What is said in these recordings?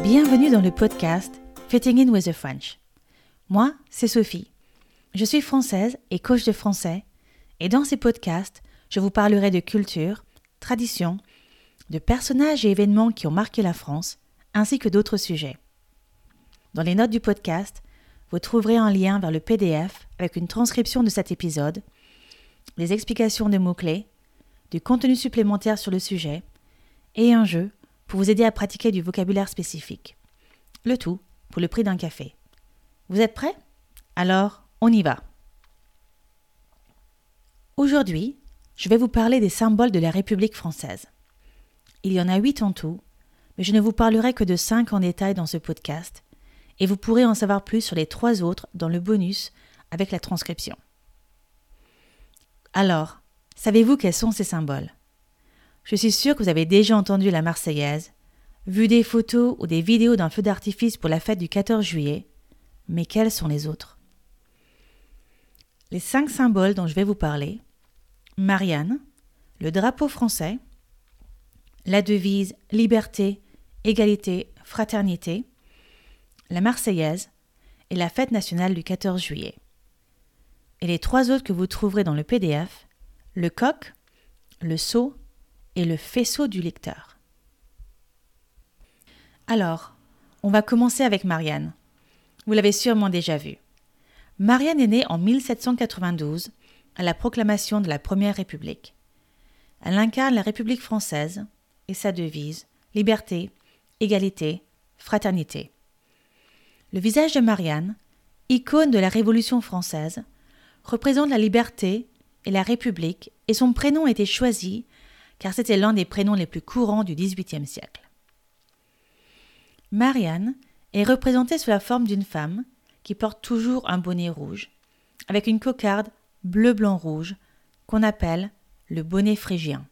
Bienvenue dans le podcast Fitting in with the French. Moi, c'est Sophie. Je suis française et coach de français et dans ces podcasts, je vous parlerai de culture, tradition, de personnages et événements qui ont marqué la France, ainsi que d'autres sujets. Dans les notes du podcast, vous trouverez un lien vers le PDF avec une transcription de cet épisode, des explications de mots-clés, du contenu supplémentaire sur le sujet et un jeu pour vous aider à pratiquer du vocabulaire spécifique. Le tout pour le prix d'un café. Vous êtes prêts ? Alors, on y va. Aujourd'hui, je vais vous parler des symboles de la République française. Il y en a 8 en tout, mais je ne vous parlerai que de 5 en détail dans ce podcast, et vous pourrez en savoir plus sur les 3 autres dans le bonus avec la transcription. Alors, savez-vous quels sont ces symboles ? Je suis sûre que vous avez déjà entendu la Marseillaise, vu des photos ou des vidéos d'un feu d'artifice pour la fête du 14 juillet, mais quels sont les autres ? Les 5 symboles dont je vais vous parler, Marianne, le drapeau français, la devise Liberté, Égalité, Fraternité, la Marseillaise et la fête nationale du 14 juillet. Et les 3 autres que vous trouverez dans le PDF, le coq, le sceau et le faisceau du lecteur. Alors, on va commencer avec Marianne. Vous l'avez sûrement déjà vue. Marianne est née en 1792 à la proclamation de la Première République. Elle incarne la République française et sa devise « Liberté, Égalité, Fraternité ». Le visage de Marianne, icône de la Révolution française, représente la liberté et la République et son prénom a été choisi car c'était l'un des prénoms les plus courants du XVIIIe siècle. Marianne est représentée sous la forme d'une femme qui porte toujours un bonnet rouge, avec une cocarde bleu-blanc-rouge qu'on appelle le bonnet phrygien.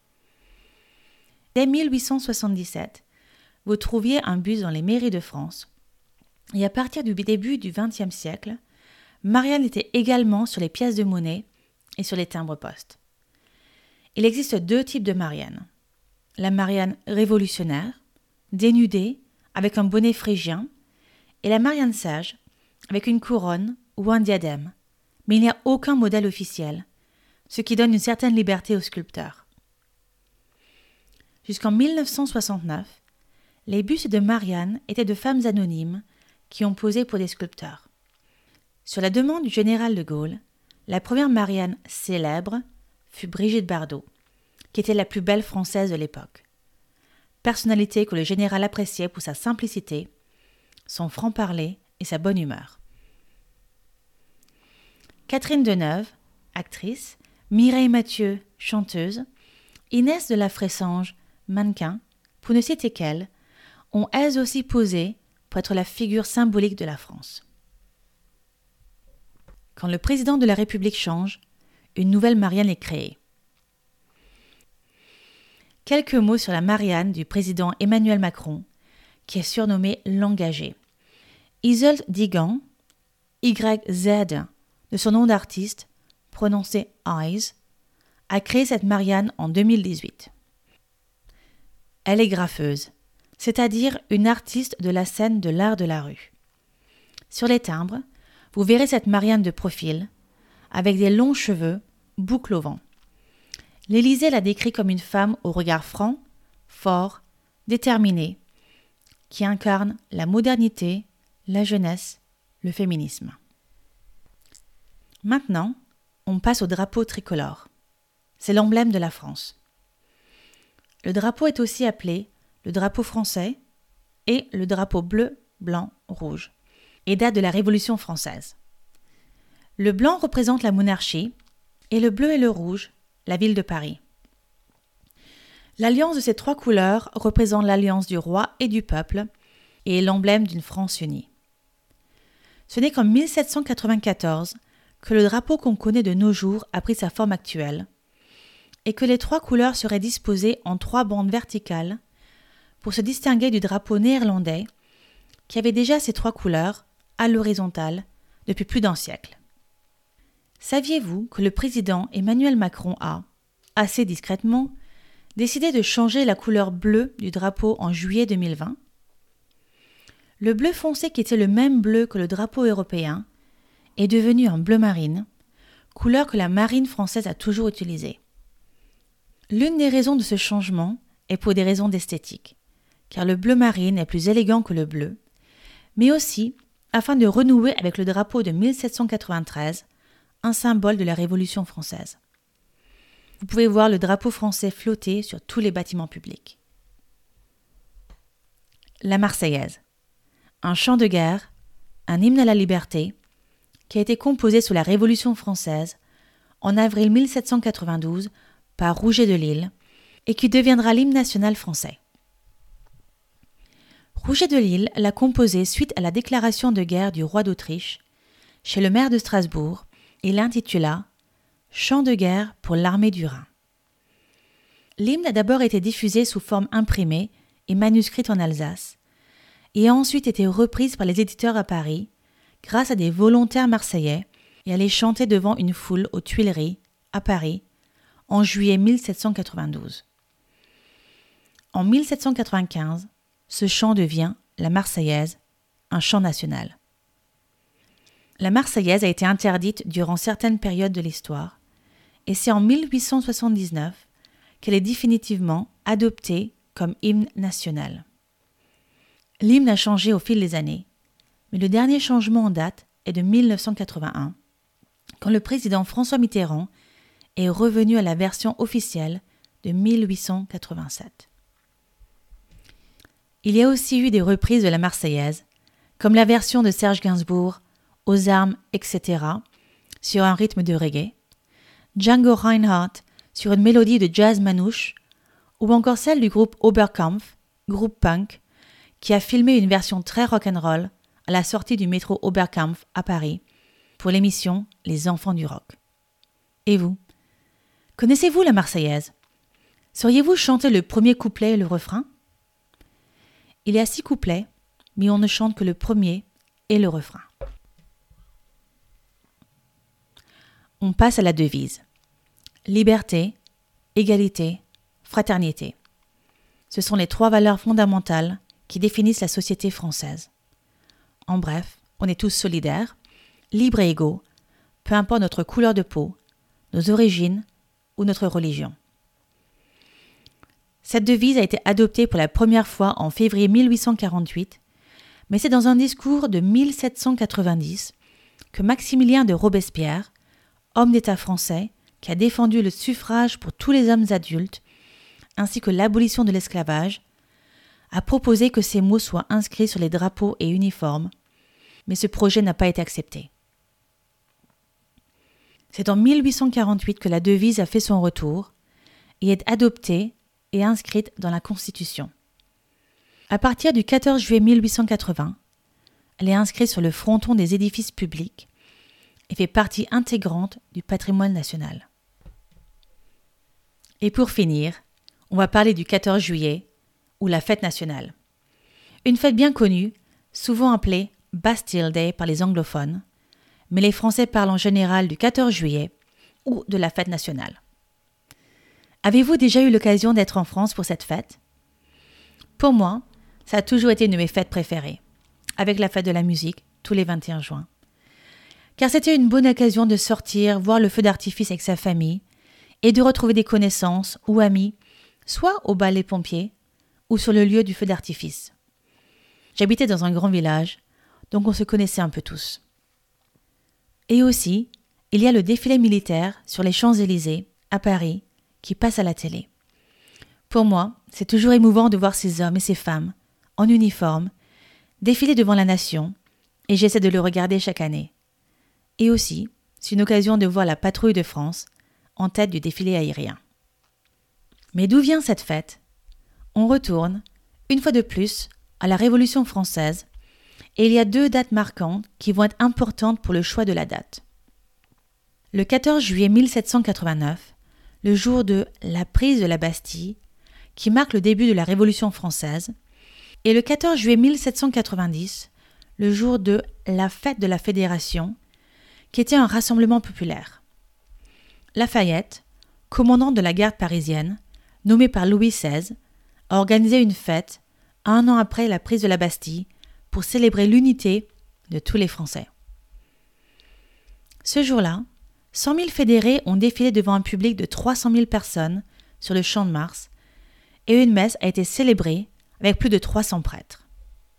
Dès 1877, vous trouviez un bus dans les mairies de France, et à partir du début du XXe siècle, Marianne était également sur les pièces de monnaie et sur les timbres-poste. Il existe 2 types de Marianne. La Marianne révolutionnaire, dénudée, avec un bonnet phrygien, et la Marianne sage, avec une couronne ou un diadème, mais il n'y a aucun modèle officiel, ce qui donne une certaine liberté aux sculpteurs. Jusqu'en 1969, les bustes de Marianne étaient de femmes anonymes qui ont posé pour des sculpteurs. Sur la demande du général de Gaulle, la première Marianne célèbre fut Brigitte Bardot, qui était la plus belle française de l'époque. Personnalité que le général appréciait pour sa simplicité, son franc-parler et sa bonne humeur. Catherine Deneuve, actrice, Mireille Mathieu, chanteuse, Inès de la Fressange, mannequin, pour ne citer qu'elles, ont elles aussi posé pour être la figure symbolique de la France. Quand le président de la République change, une nouvelle Marianne est créée. Quelques mots sur la Marianne du président Emmanuel Macron, qui est surnommée l'engagé. Isolde Digan, YZ, de son nom d'artiste, prononcé Eyes, a créé cette Marianne en 2018. Elle est graffeuse, c'est-à-dire une artiste de la scène de l'art de la rue. Sur les timbres, vous verrez cette Marianne de profil, avec des longs cheveux, boucles au vent. L'Élysée la décrit comme une femme au regard franc, fort, déterminé, qui incarne la modernité, la jeunesse, le féminisme. Maintenant, on passe au drapeau tricolore. C'est l'emblème de la France. Le drapeau est aussi appelé le drapeau français et le drapeau bleu, blanc, rouge, et date de la Révolution française. Le blanc représente la monarchie et le bleu et le rouge, la ville de Paris. L'alliance de ces 3 couleurs représente l'alliance du roi et du peuple et est l'emblème d'une France unie. Ce n'est qu'en 1794 que le drapeau qu'on connaît de nos jours a pris sa forme actuelle et que les 3 couleurs seraient disposées en 3 bandes verticales pour se distinguer du drapeau néerlandais qui avait déjà ces 3 couleurs à l'horizontale depuis plus d'1 siècle. Saviez-vous que le président Emmanuel Macron a, assez discrètement, décidé de changer la couleur bleue du drapeau en juillet 2020 ? Le bleu foncé, qui était le même bleu que le drapeau européen, est devenu un bleu marine, couleur que la marine française a toujours utilisée. L'une des raisons de ce changement est pour des raisons d'esthétique, car le bleu marine est plus élégant que le bleu, mais aussi afin de renouer avec le drapeau de 1793, un symbole de la Révolution française. Vous pouvez voir le drapeau français flotter sur tous les bâtiments publics. La Marseillaise, un chant de guerre, un hymne à la liberté, qui a été composé sous la Révolution française en avril 1792 par Rouget de Lisle et qui deviendra l'hymne national français. Rouget de Lisle l'a composé suite à la déclaration de guerre du roi d'Autriche chez le maire de Strasbourg et l'intitula « Chant de guerre pour l'armée du Rhin ». L'hymne a d'abord été diffusé sous forme imprimée et manuscrite en Alsace et a ensuite été reprise par les éditeurs à Paris grâce à des volontaires marseillais et à les chanter devant une foule aux Tuileries, à Paris, en juillet 1792. En 1795, ce chant devient la Marseillaise, un chant national. La Marseillaise a été interdite durant certaines périodes de l'histoire, et c'est en 1879 qu'elle est définitivement adoptée comme hymne national. L'hymne a changé au fil des années, mais le dernier changement en date est de 1981, quand le président François Mitterrand est revenu à la version officielle de 1887. Il y a aussi eu des reprises de la Marseillaise, comme la version de Serge Gainsbourg, Aux armes, etc., sur un rythme de reggae, Django Reinhardt sur une mélodie de jazz manouche, ou encore celle du groupe Oberkampf, groupe punk, qui a filmé une version très rock'n'roll à la sortie du métro Oberkampf à Paris, pour l'émission Les Enfants du Rock. Et vous? Connaissez-vous la Marseillaise? Sauriez-vous chanter le premier couplet et le refrain? Il y a 6 couplets, mais on ne chante que le premier et le refrain. On passe à la devise. Liberté, égalité, fraternité. Ce sont les 3 valeurs fondamentales qui définissent la société française. En bref, on est tous solidaires, libres et égaux, peu importe notre couleur de peau, nos origines ou notre religion. Cette devise a été adoptée pour la première fois en février 1848, mais c'est dans un discours de 1790 que Maximilien de Robespierre, homme d'État français qui a défendu le suffrage pour tous les hommes adultes, ainsi que l'abolition de l'esclavage, a proposé que ces mots soient inscrits sur les drapeaux et uniformes, mais ce projet n'a pas été accepté. C'est en 1848 que la devise a fait son retour et est adoptée et inscrite dans la Constitution. À partir du 14 juillet 1880, elle est inscrite sur le fronton des édifices publics et fait partie intégrante du patrimoine national. Et pour finir, on va parler du 14 juillet, ou la fête nationale. Une fête bien connue, souvent appelée Bastille Day par les anglophones, mais les Français parlent en général du 14 juillet ou de la fête nationale. Avez-vous déjà eu l'occasion d'être en France pour cette fête? Pour moi, ça a toujours été une de mes fêtes préférées, avec la fête de la musique tous les 21 juin. Car c'était une bonne occasion de sortir, voir le feu d'artifice avec sa famille et de retrouver des connaissances ou amis, soit au bal des pompiers ou sur le lieu du feu d'artifice. J'habitais dans un grand village, donc on se connaissait un peu tous. Et aussi, il y a le défilé militaire sur les Champs-Élysées, à Paris, qui passe à la télé. Pour moi, c'est toujours émouvant de voir ces hommes et ces femmes, en uniforme, défiler devant la nation, et j'essaie de le regarder chaque année. Et aussi, c'est une occasion de voir la patrouille de France, en tête du défilé aérien. Mais d'où vient cette fête? On retourne, une fois de plus, à la Révolution française, et il y a 2 dates marquantes qui vont être importantes pour le choix de la date. Le 14 juillet 1789, le jour de la prise de la Bastille, qui marque le début de la Révolution française, et le 14 juillet 1790, le jour de la fête de la Fédération, qui était un rassemblement populaire. Lafayette, commandant de la garde parisienne, nommé par Louis XVI, a organisé une fête, 1 an après la prise de la Bastille, pour célébrer l'unité de tous les Français. Ce jour-là, 100 000 fédérés ont défilé devant un public de 300 000 personnes sur le Champ de Mars et une messe a été célébrée avec plus de 300 prêtres.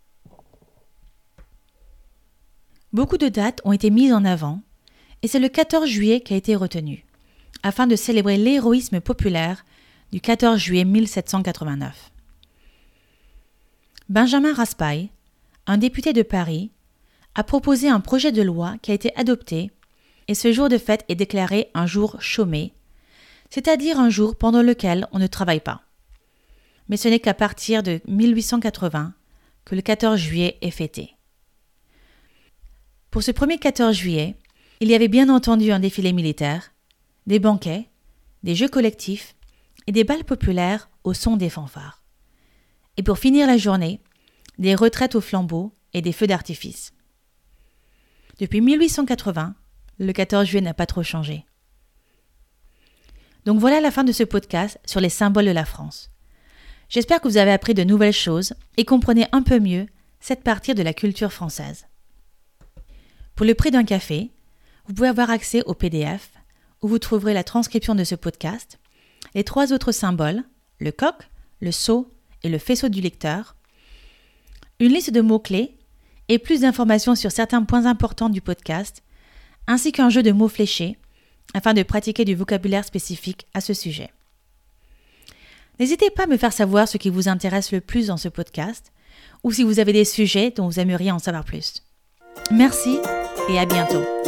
Beaucoup de dates ont été mises en avant et c'est le 14 juillet qui a été retenu, afin de célébrer l'héroïsme populaire du 14 juillet 1789. Benjamin Raspail, un député de Paris, a proposé un projet de loi qui a été adopté et ce jour de fête est déclaré un jour chômé, c'est-à-dire un jour pendant lequel on ne travaille pas. Mais ce n'est qu'à partir de 1880 que le 14 juillet est fêté. Pour ce premier 14 juillet, il y avait bien entendu un défilé militaire, des banquets, des jeux collectifs et des bals populaires au son des fanfares. Et pour finir la journée, des retraites aux flambeaux et des feux d'artifice. Depuis 1880, le 14 juillet n'a pas trop changé. Donc voilà la fin de ce podcast sur les symboles de la France. J'espère que vous avez appris de nouvelles choses et comprenez un peu mieux cette partie de la culture française. Pour le prix d'un café, vous pouvez avoir accès au PDF où vous trouverez la transcription de ce podcast, les 3 autres symboles, le coq, le seau et le faisceau du lecteur, une liste de mots-clés et plus d'informations sur certains points importants du podcast, ainsi qu'un jeu de mots fléchés afin de pratiquer du vocabulaire spécifique à ce sujet. N'hésitez pas à me faire savoir ce qui vous intéresse le plus dans ce podcast ou si vous avez des sujets dont vous aimeriez en savoir plus. Merci et à bientôt.